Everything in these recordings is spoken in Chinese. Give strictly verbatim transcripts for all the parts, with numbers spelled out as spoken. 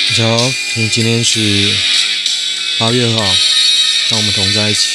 早，今今天是八月二号，让我们同在一起。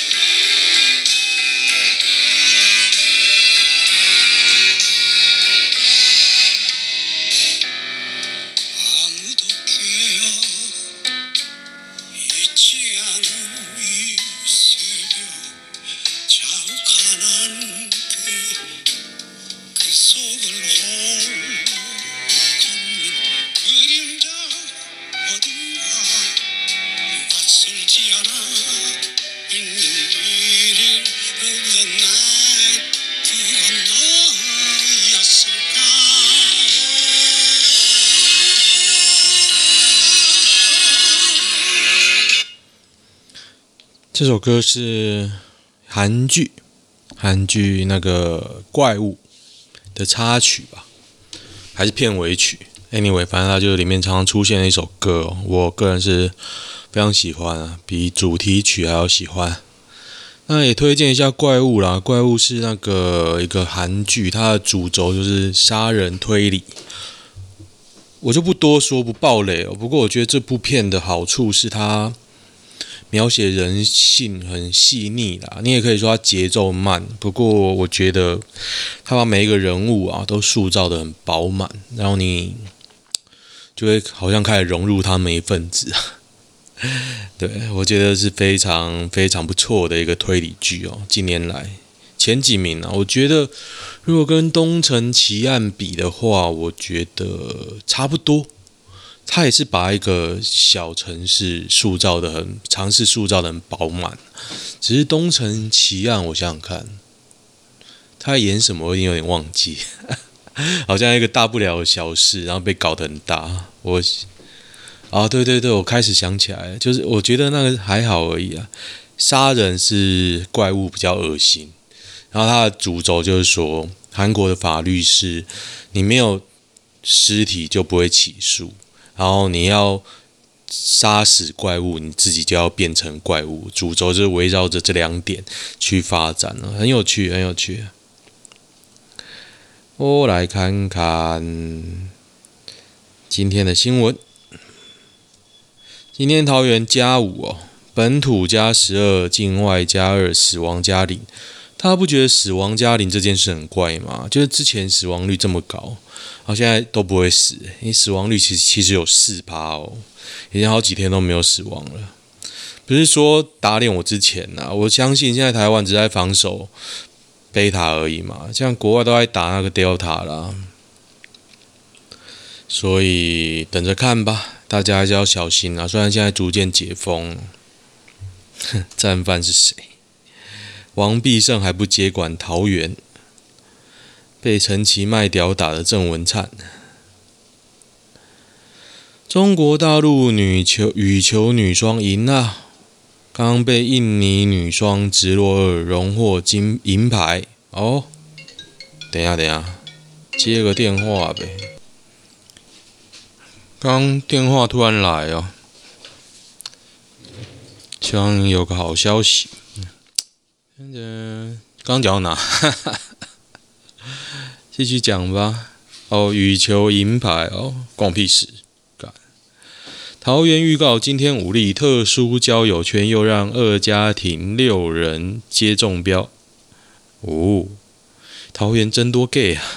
这首歌是韩剧，韩剧那个怪物的插曲吧，还是片尾曲 ？Anyway， 反正它就里面常常出现的一首歌、哦，我个人是非常喜欢啊，比主题曲还要喜欢。那也推荐一下怪物啦，怪物是那个一个韩剧，它的主轴就是杀人推理。我就不多说，不爆雷哦。不过我觉得这部片的好处是它描写人性很细腻啦，你也可以说它节奏慢，不过我觉得它把每一个人物啊都塑造得很饱满，然后你就会好像开始融入他们一份子。对，我觉得是非常非常不错的一个推理剧哦。近年来前几名啊，我觉得如果跟《东城奇案》比的话，我觉得差不多。他也是把一个小城市塑造的很，尝试塑造的很饱满。只是《东城奇案》，我想想看，他演什么我已经有点忘记，好像一个大不了的小事，然后被搞得很大。我啊，对对对，我开始想起来了，就是我觉得那个还好而已啊。杀人是怪物比较恶心，然后它的主轴就是说，韩国的法律是，你没有尸体就不会起诉，然后你要杀死怪物，你自己就要变成怪物。主轴就是围绕着这两点去发展了，很有趣，很有趣。我来看看今天的新闻。今天桃园加五哦，本土加十二，境外加二，死亡加零。大家不觉得死亡加零这件事很怪吗？就是之前死亡率这么高，然后现在都不会死，因为死亡率其实其实有 百分之四 哦，已经好几天都没有死亡了。不是说打脸我之前啊，我相信现在台湾只在防守贝塔而已嘛，像国外都在打那个 Delta 啦，所以等着看吧。大家还是要小心啊！虽然现在逐渐解封，战犯是谁？王必胜还不接管桃园，被陈其迈屌打的郑文灿。中国大陆女球羽球女双赢啊，刚被印尼女双直落二荣获金银牌哦。等一下，等一下，接个电话呗。刚电话突然来哦，希望有个好消息。嗯，刚讲到哪？继续讲吧。哦，羽球银牌哦，关我屁事。桃园预告今天武力特殊交友圈，又让二家庭六人皆中标。哦，桃园真多 gay 啊！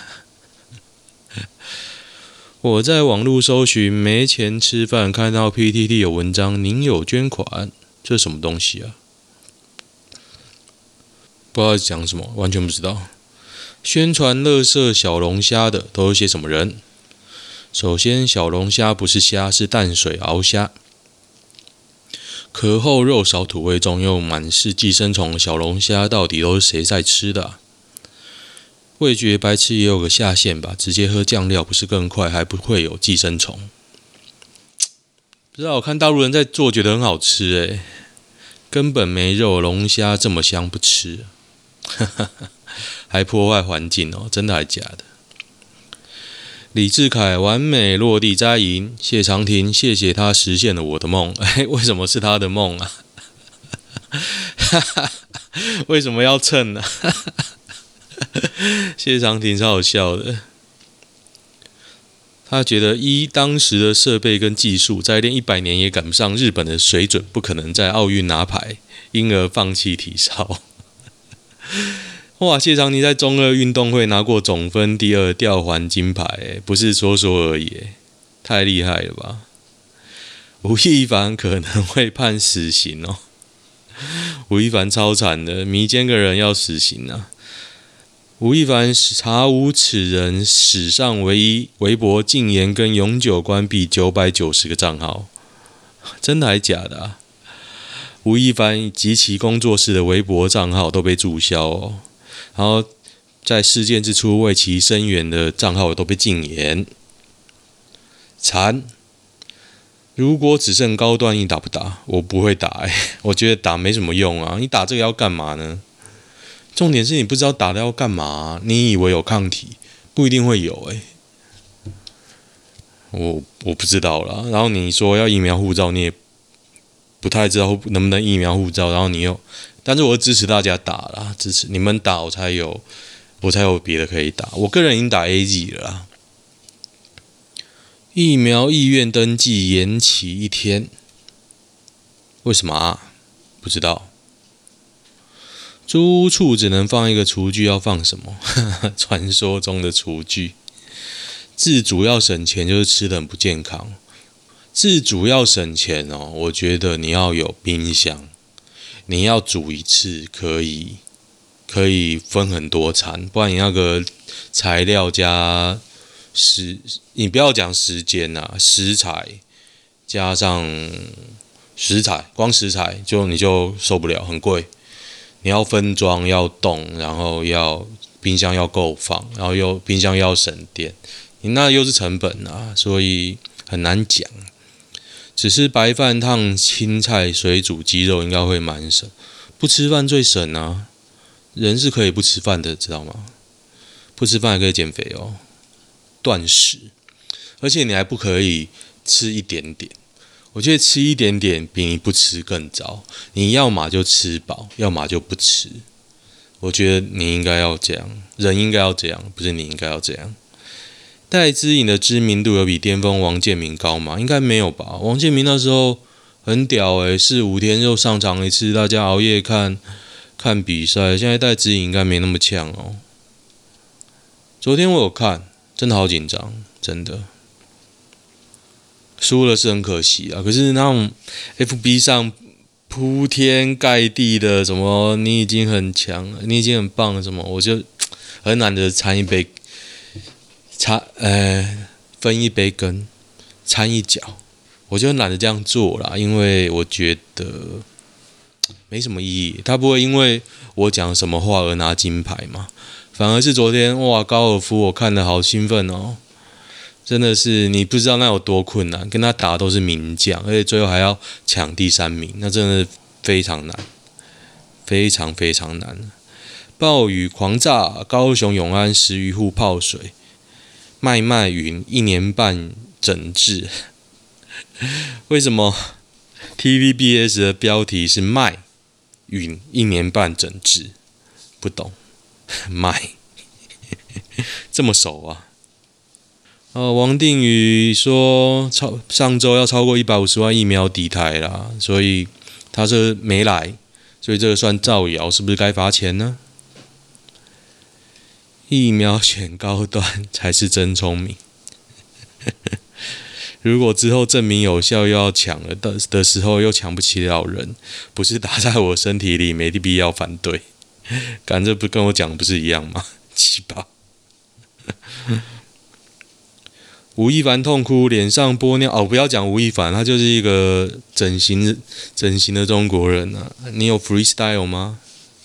我在网络搜寻没钱吃饭，看到 P T T 有文章，您有捐款，这是什么东西啊？不知道讲什么，完全不知道。宣传垃圾小龙虾的都是些什么人？首先，小龙虾不是虾，是淡水鳌虾。壳厚肉少土味重又满是寄生虫的小龙虾，到底都是谁在吃的啊？味觉白痴也有个下限吧，直接喝酱料不是更快，还不会有寄生虫。不知道我看大陆人在做，觉得很好吃诶、欸，根本没肉，龙虾这么香不吃，还破坏环境哦，真的还假的？李志凯完美落地摘银，谢长廷谢谢他实现了我的梦。哎，为什么是他的梦啊？为什么要蹭呢、啊？谢长廷超好笑的。 他觉得依当时的设备跟技术，再练一百年也赶不上日本的水准，不可能在奥运拿牌，因而放弃体操。哇，谢长廷在中二运动会拿过总分第二吊环金牌，不是说说而已，太厉害了吧？吴亦凡可能会判死刑哦。吴亦凡超惨的，迷奸个人要死刑啊！吴亦凡查无此人史上唯一微博禁言跟永久关闭九百九十个账号，真的还假的啊？吴亦凡及其工作室的微博账号都被注销哦，然后在事件之初为其声援的账号都被禁言，惨！如果只剩高段，你打不打？我不会打、欸，我觉得打没什么用啊！你打这个要干嘛呢？重点是你不知道打的要干嘛、啊，你以为有抗体，不一定会有哎、欸。我我不知道啦。然后你说要疫苗护照，你也不太知道能不能疫苗护照。然后你又，但是我支持大家打啦，支持你们打，我才有我才有别的可以打。我个人已经打 A Z 了啦。疫苗意愿登记延期一天，为什么啊？不知道。租屋处只能放一个厨具，要放什么？传说中的厨具。自主要省钱，就是吃得很不健康。自主要省钱哦，我觉得你要有冰箱，你要煮一次可以可以分很多餐，不然你那个材料加时，你不要讲时间啊，食材加上食材，光食材就你就受不了，很贵。你要分装要冻，然后要冰箱要够放，然后又冰箱要省电，你那又是成本啊，所以很难讲。只是白饭烫青菜水煮鸡肉应该会蛮省，不吃饭最省啊。人是可以不吃饭的，知道吗？不吃饭还可以减肥哦，断食，而且你还不可以吃一点点。我觉得吃一点点比你不吃更糟，你要嘛就吃饱，要么就不吃。我觉得你应该要这样，人应该要这样，不是你应该要这样。戴资颖的知名度有比巅峰王建民高吗？应该没有吧。王建民那时候很屌诶、欸，四五天就上场一次，大家熬夜看看比赛。现在戴资颖应该没那么强哦。昨天我有看，真的好紧张，真的。输了是很可惜啊，可是那种 F B 上铺天盖地的什么你已经很强了，你已经很棒了什么，我就很懒得掺一杯，掺呃分一杯羹，掺一脚，我就很懒得这样做啦，因为我觉得没什么意义，他不会因为我讲什么话而拿金牌嘛，反而是昨天哇高尔夫我看得好兴奋哦。真的是你不知道那有多困难，跟他打都是名将，而且最后还要抢第三名，那真的非常难，非常非常难。暴雨狂炸，高雄永安十余户泡水，麦麦云一年半整治。为什么 T V B S 的标题是麦云一年半整治？不懂，麦这么熟啊？哦，王定宇说超上周要超过一百五十万疫苗抵台啦，所以他是没来，所以这个算造谣，是不是该罚钱呢？疫苗选高端才是真聪明。如果之后证明有效又要抢了 的, 的时候又抢不起了人，不是打在我身体里，没必要反对。干这不跟我讲不是一样吗？奇葩。吴亦凡痛哭，脸上玻尿哦，不要讲吴亦凡，他就是一个整形整形的中国人啊。你有 freestyle 吗？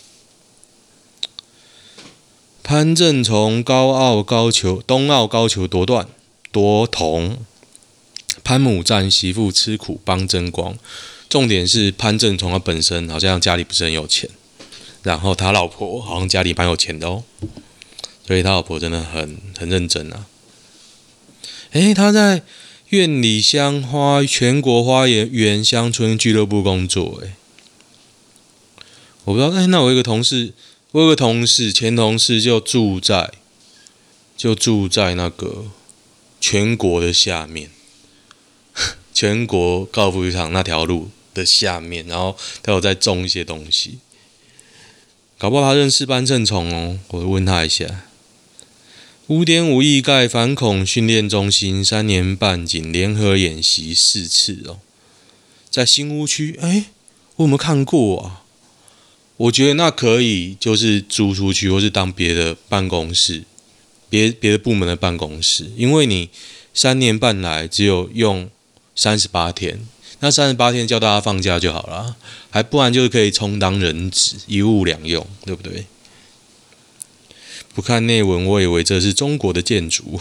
潘正从高奥高球冬奥高球夺断夺铜，潘母赞媳妇吃苦帮争光。重点是潘正从他本身好像家里不是很有钱，然后他老婆好像家里蛮有钱的哦，所以他老婆真的很很认真啊。诶，他在苑里乡花全国花园乡村俱乐部工作。诶，我不知道。诶，那我有一个同事，我有一个同事，前同事就住在就住在那个全国的下面，全国高尔夫球场那条路的下面，然后他有在种一些东西，搞不好他认识班正崇哦，我问他一下。五点五亿盖反恐训练中心，三年半仅联合演习四次哦，在新屋区，哎，我有没有看过啊？我觉得那可以，就是租出去，或是当别的办公室，别别的部门的办公室，因为你三年半来只有用三十八天，那三十八天叫大家放假就好了，还不然就是可以充当人质，一物两用，对不对？不看内文，我以为这是中国的建筑。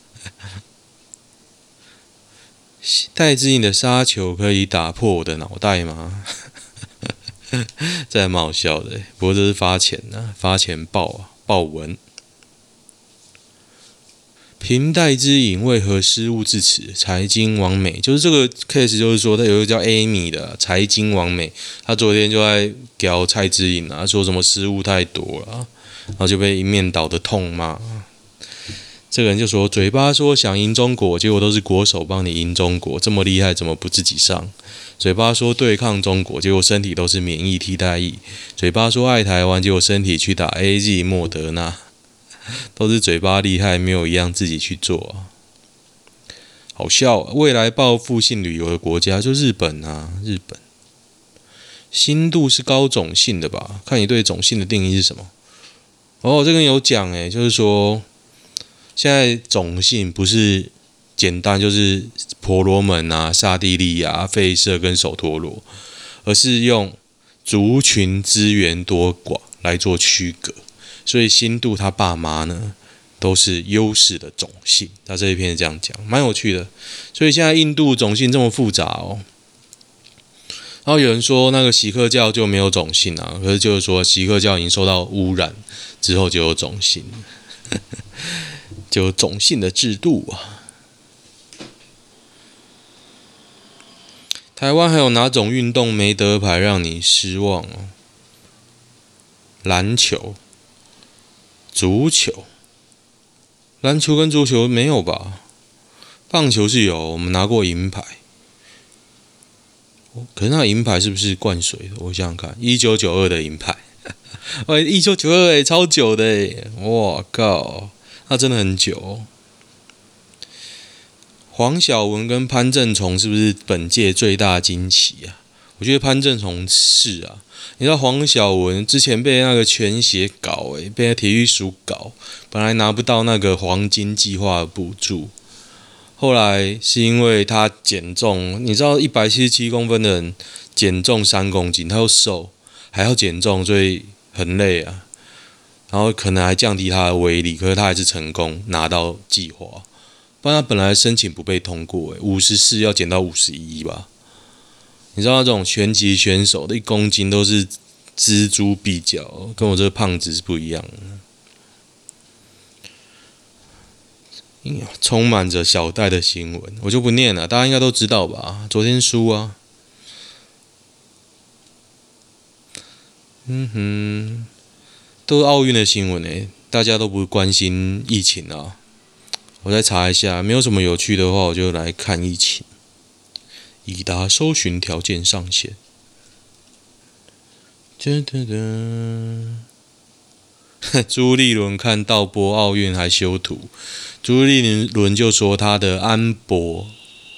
戴资颖的杀球可以打破我的脑袋吗？这还蛮好笑的，不过这是发钱啊，发钱报啊，报文。凭戴资颖为何失误至此？财经网美就是这个 case， 就是说，他有一个叫 Amy 的财经网美，他昨天就在屌蔡资颖啊，说什么失误太多了、啊，然后就被一面倒的痛骂。这个人就说，嘴巴说想赢中国，结果都是国手帮你赢中国，这么厉害怎么不自己上？嘴巴说对抗中国，结果身体都是免疫替代役；嘴巴说爱台湾，结果身体去打 A Z 莫德纳，都是嘴巴厉害，没有一样自己去做啊。好笑，未来报复性旅游的国家就日本啊，日本。新度是高种姓的吧？看你对种姓的定义是什么？哦，这个有讲诶，就是说。现在种姓不是简单就是婆罗门啊、刹帝利啊、吠舍跟首陀罗，而是用族群资源多寡来做区隔。所以新度他爸妈呢都是优势的种姓，他这一篇这样讲，蛮有趣的。所以现在印度种姓这么复杂哦。然后有人说那个锡克教就没有种姓啊，可是就是说锡克教已经受到污染之后就有种姓。就有种姓的制度啊。台湾还有哪种运动没得牌让你失望哦？篮球、足球，篮球跟足球没有吧？棒球是有，我们拿过银牌。可是那银牌是不是灌水的？我想想看，一九九二的银牌，喂，一九九二哎，超久的哎，我靠！那真的很久、哦。黄晓雯跟潘正崇是不是本届最大惊奇啊？我觉得潘正崇是啊。你知道黄晓雯之前被那个全协搞、欸，被体育署搞，本来拿不到那个黄金计划的补助，后来是因为他减重，你知道一百七十七公分的人减重三公斤，他又瘦，还要减重，所以很累啊。然后可能还降低他的威力，可是他还是成功拿到计划，不然他本来申请不被通过，五十四要减到五十一吧。你知道那种拳击选手的一公斤都是锱铢必较，跟我这个胖子是不一样的。充满着小戴的新闻，我就不念了，大家应该都知道吧？昨天输啊，嗯哼。都是奥运的新闻诶，大家都不关心疫情啊。我再查一下，没有什么有趣的话，我就来看疫情。已达搜寻条件上限。噔噔噔。朱立伦看到播奥运还修图，朱立伦就说他的安博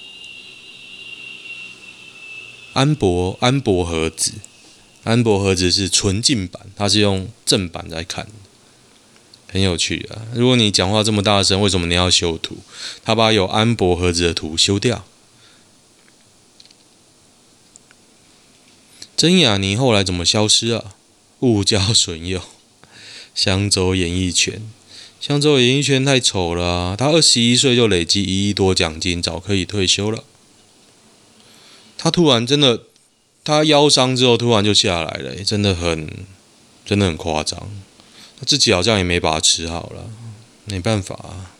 安博安博盒子。安博盒子是纯净版，它是用正版在看的，很有趣啊。如果你讲话这么大声，为什么你要修图？他把有安博盒子的图修掉。曾雅妮后来怎么消失啊？误交损友，香洲演艺圈，香洲演艺圈太丑了啊！他二十一岁就累积一亿多奖金，早可以退休了。他突然真的。他腰伤之后突然就下来了，真的很，真的很夸张。他自己好像也没把它吃好了，没办法、啊，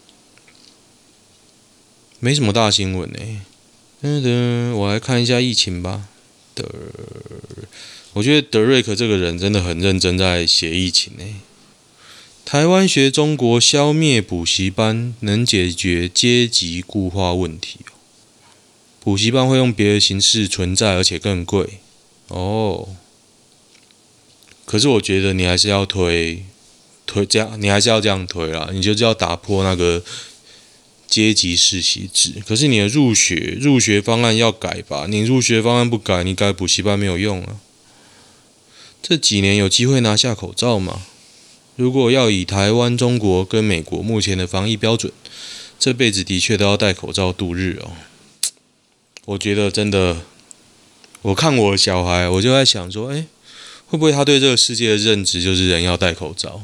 没什么大新闻呢、欸。噔噔，我来看一下疫情吧。的，我觉得德瑞克这个人真的很认真在写疫情呢、欸。 台湾学中国消灭补习班，能解决阶级固化问题。补习班会用别的形式存在，而且更贵。哦，可是我觉得你还是要推推这样，你还是要这样推啦。你就是要打破那个阶级世袭制。可是你的入学入学方案要改吧？你入学方案不改，你改补习班没有用啊。这几年有机会拿下口罩吗？如果要以台湾、中国跟美国目前的防疫标准，这辈子的确都要戴口罩度日哦。我觉得真的，我看我的小孩，我就在想说，哎，会不会他对这个世界的认知就是人要戴口罩？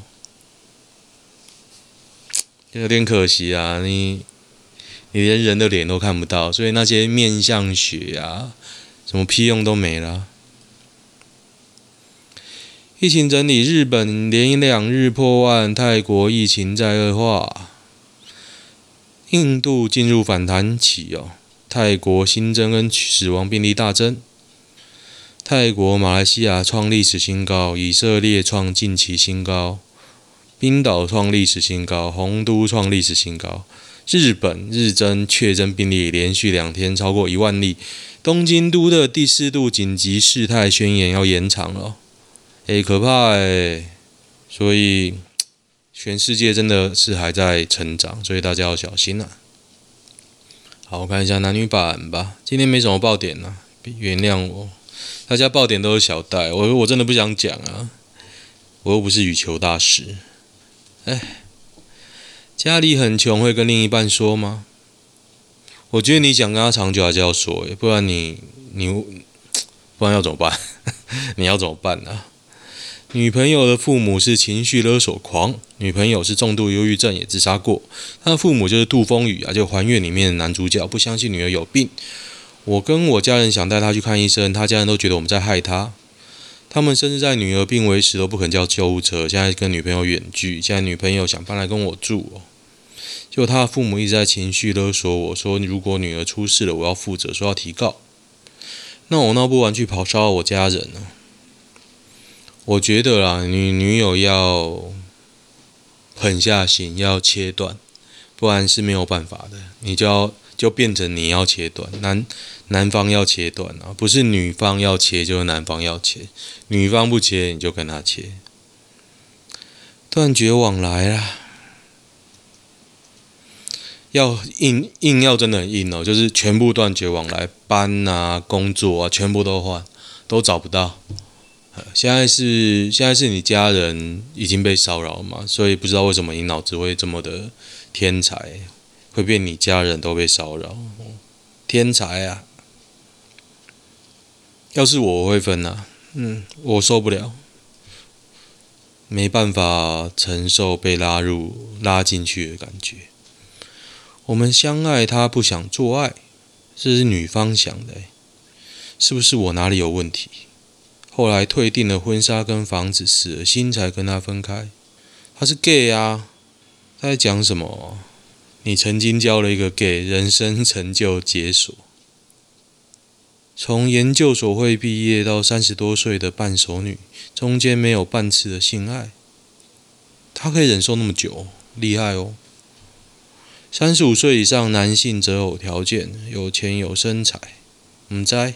有点可惜啊，你你连人的脸都看不到，所以那些面相学啊，什么屁用都没了。疫情整理，日本连两日破万，泰国疫情再恶化，印度进入反弹期哦。泰国新增跟死亡病例大增，泰国、马来西亚创历史新高，以色列创近期新高，冰岛创历史新高，洪都创历史新高。日本日增确诊病例连续两天超过一万例，东京都的第四度紧急事态宣言要延长了。欸，可怕欸！所以全世界真的是还在成长，所以大家要小心啊。好，我看一下男女版吧。今天没什么爆点啊，原谅我。大家爆点都是小袋，我我真的不想讲啊，我又不是羽球大师。哎，家里很穷会跟另一半说吗？我觉得你想跟他长久还是要说，不然你你不然要怎么办？你要怎么办啊？女朋友的父母是情绪勒索狂，女朋友是重度忧郁症，也自杀过。她的父母就是杜丰宇啊，就《还愿》里面的男主角，不相信女儿有病。我跟我家人想带她去看医生，她家人都觉得我们在害她。他们甚至在女儿病危时都不肯叫救护车，现在跟女朋友远距，现在女朋友想搬来跟我住哦。结果他的父母一直在情绪勒索我说，如果女儿出事了，我要负责，说要提告。那我闹不完去跑骚扰我家人呢？我觉得啦，你女友要狠下心，要切断，不然是没有办法的。你就要就变成你要切断，男男方要切断啊，不是女方要切，就是男方要切。女方不切，你就跟他切，断绝往来啦。要硬硬要真的很硬哦，就是全部断绝往来，班啊、工作啊，全部都换，都找不到。现在是现在是你家人已经被骚扰嘛，所以不知道为什么你脑子会这么的天才，会变你家人都被骚扰，天才啊！要是我我会分啊，嗯，我受不了，没办法承受被拉入拉进去的感觉。我们相爱，他不想做爱，这是女方想的，是不是我哪里有问题？后来退订了婚纱跟房子，死了心才跟他分开。他是 gay 啊，他在讲什么？你曾经交了一个 gay， 人生成就解锁。从研究所会毕业到三十多岁的半熟女，中间没有半次的性爱，他可以忍受那么久，厉害哦。三十五岁以上男性择偶条件：有钱有身材，唔知。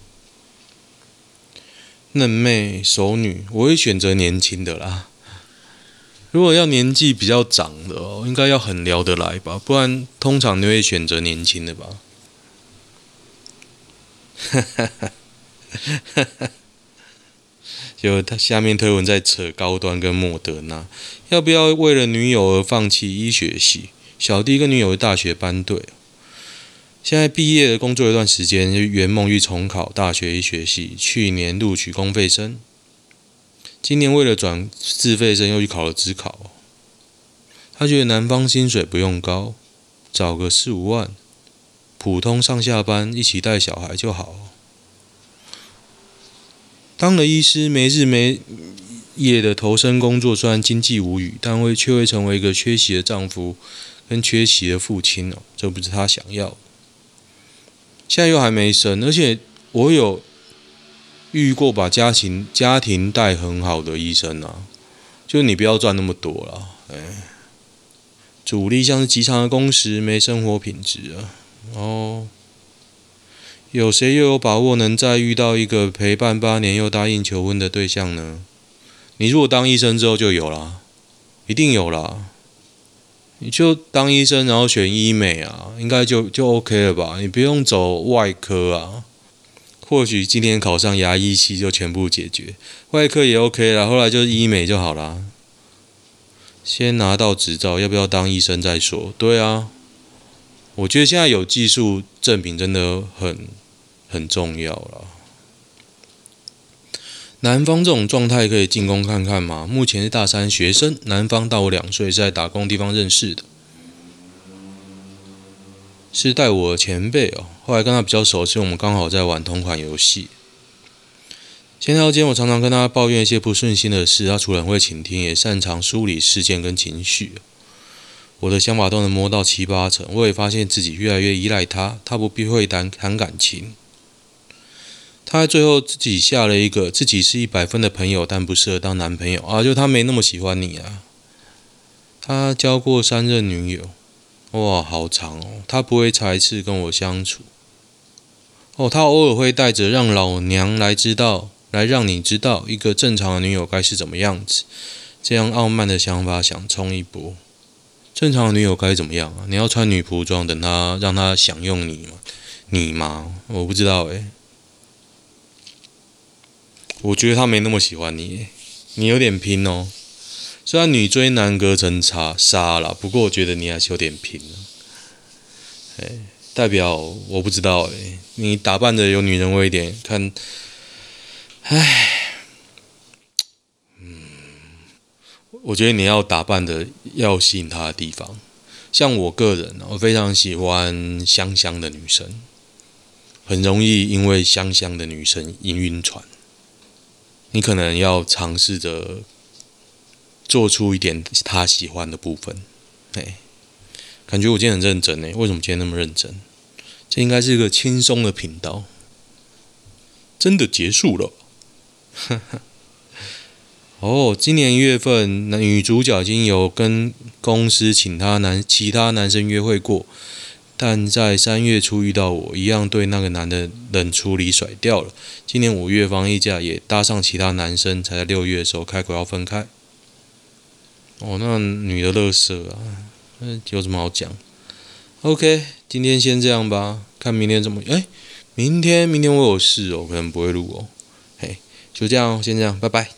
嫩妹熟女，我会选择年轻的啦。如果要年纪比较长的哦，应该要很聊得来吧，不然通常你会选择年轻的吧。哈哈哈哈哈！就他下面推文在扯高端跟莫德纳，要不要为了女友而放弃医学系？小弟跟女友是大学班队。现在毕业了，工作一段时间，圆梦欲重考大学医学系，去年录取公费生，今年为了转自费生又去考了指考。他觉得男方薪水不用高，找个四五万，普通上下班一起带小孩就好。当了医师，没日没夜的投身工作，虽然经济无虞，但会却会成为一个缺席的丈夫跟缺席的父亲哦，这不是他想要的。现在又还没生，而且我有遇过把家庭家庭带很好的医生啊，就是你不要赚那么多啦， 哎，主力像是极长的工时，没生活品质啊。哦，有谁又有把握能再遇到一个陪伴八年又答应求婚的对象呢？你如果当医生之后就有啦，一定有啦。你就当医生，然后选医美啊，应该就就 OK 了吧？你不用走外科啊。或许今天考上牙医系就全部解决，外科也 OK 啦，后来就医美就好啦。先拿到执照，要不要当医生再说？对啊，我觉得现在有技术证明真的很很重要啦。男方这种状态可以进攻看看吗？目前是大三学生，男方大我两岁，是在打工地方认识的，是带我的前辈哦。后来跟他比较熟，是我们刚好在玩同款游戏。闲聊间，我常常跟他抱怨一些不顺心的事，他除了很会倾听，也擅长梳理事件跟情绪。我的想法都能摸到七八成，我也发现自己越来越依赖他，他不避讳谈谈感情。他在最后自己下了一个自己是一百分的朋友，但不适合当男朋友啊，就他没那么喜欢你啊。他交过三任女友，哇，好长哦。他不会排斥跟我相处。哦，他偶尔会带着让老娘来知道。来让你知道一个正常的女友该是怎么样子，这样傲慢的想法想冲一波。正常的女友该怎么样啊？你要穿女仆装，等她让她享用你吗？你吗？我不知道诶、欸。我觉得她没那么喜欢你、欸，你有点拼哦。虽然女追男隔层纱纱啦，不过我觉得你还是有点拼啊。欸、代表我不知道诶、欸，你打扮的有女人味一点，看。唉，嗯，我觉得你要打扮的要吸引他的地方，像我个人，我非常喜欢香香的女生，很容易因为香香的女生晕船。你可能要尝试着做出一点他喜欢的部分。哎，感觉我今天很认真诶，为什么今天那么认真？这应该是一个轻松的频道。真的结束了。哦，今年一月份，女主角已经有跟公司请他男其他男生约会过，但在三月初遇到我，一样对那个男的冷处理甩掉了。今年五月防疫假也搭上其他男生，才在六月的时候开口要分开。哦，那女的垃圾啊，有什么好讲 ？OK， 今天先这样吧，看明天怎么。哎，明天明天我有事哦，可能不会录哦。嘿，就这样，先这样，拜拜。